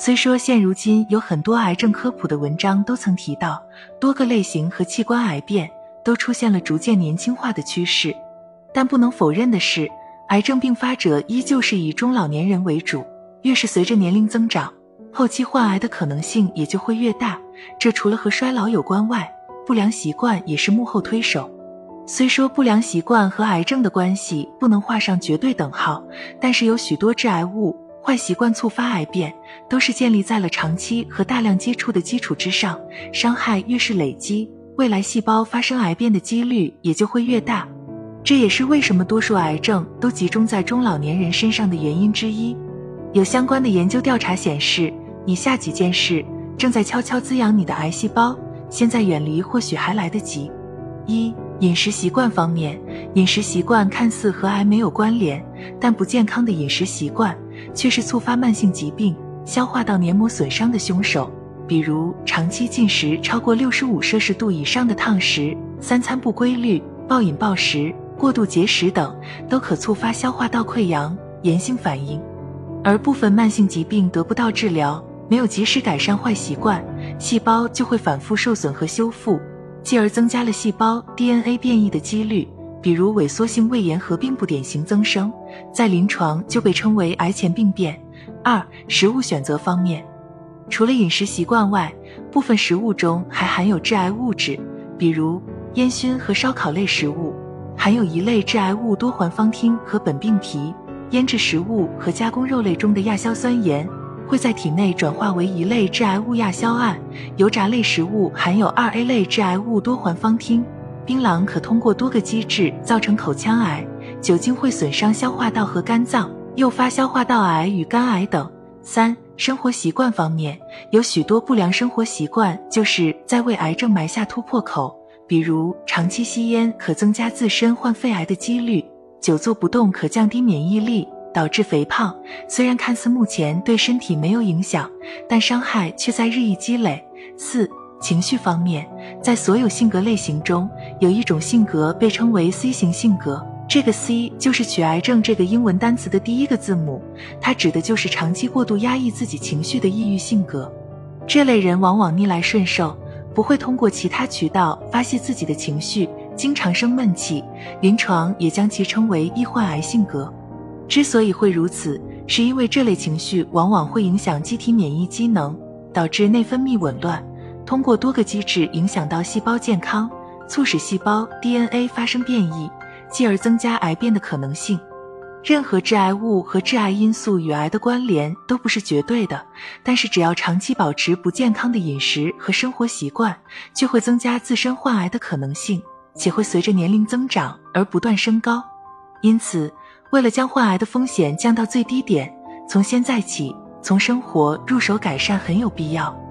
虽说现如今有很多癌症科普的文章都曾提到，多个类型和器官癌变都出现了逐渐年轻化的趋势，但不能否认的是，癌症并发者依旧是以中老年人为主，越是随着年龄增长，后期患癌的可能性也就会越大。这除了和衰老有关外，不良习惯也是幕后推手。虽说不良习惯和癌症的关系不能画上绝对等号，但是有许多致癌物、坏习惯触发癌变，都是建立在了长期和大量接触的基础之上，伤害越是累积，未来细胞发生癌变的几率也就会越大。这也是为什么多数癌症都集中在中老年人身上的原因之一。有相关的研究调查显示，以下几件事正在悄悄滋养你的癌细胞，现在远离或许还来得及。一、饮食习惯方面，饮食习惯看似和癌没有关联，但不健康的饮食习惯却是触发慢性疾病、消化道黏膜损伤的凶手。比如长期进食超过65摄氏度以上的烫食、三餐不规律、暴饮暴食、过度节食等，都可触发消化道溃疡、炎性反应。而部分慢性疾病得不到治疗，没有及时改善坏习惯，细胞就会反复受损和修复，继而增加了细胞 DNA 变异的几率，比如萎缩性胃炎合并不典型增生，在临床就被称为癌前病变。二、食物选择方面，除了饮食习惯外，部分食物中还含有致癌物质，比如烟熏和烧烤类食物含有一类致癌物多环芳烃和苯并芘，腌制食物和加工肉类中的亚硝酸盐会在体内转化为一类致癌物亚硝胺，油炸类食物含有2A 类致癌物多环芳烃，槟榔可通过多个机制造成口腔癌，酒精会损伤消化道和肝脏，诱发消化道癌与肝癌等。三、生活习惯方面，有许多不良生活习惯就是在为癌症埋下突破口，比如长期吸烟可增加自身患肺癌的几率，久坐不动可降低免疫力，导致肥胖，虽然看似目前对身体没有影响，但伤害却在日益积累。四、情绪方面，在所有性格类型中，有一种性格被称为 C 型性格，这个 C 就是取癌症这个英文单词的第一个字母，它指的就是长期过度压抑自己情绪的抑郁性格。这类人往往逆来顺受，不会通过其他渠道发泄自己的情绪，经常生闷气，临床也将其称为易患癌性格。之所以会如此，是因为这类情绪往往会影响机体免疫机能，导致内分泌紊乱，通过多个机制影响到细胞健康，促使细胞 DNA 发生变异，继而增加癌变的可能性。任何致癌物和致癌因素与癌的关联都不是绝对的，但是只要长期保持不健康的饮食和生活习惯，就会增加自身患癌的可能性，且会随着年龄增长而不断升高。因此，为了将患癌的风险降到最低点，从现在起，从生活入手改善很有必要。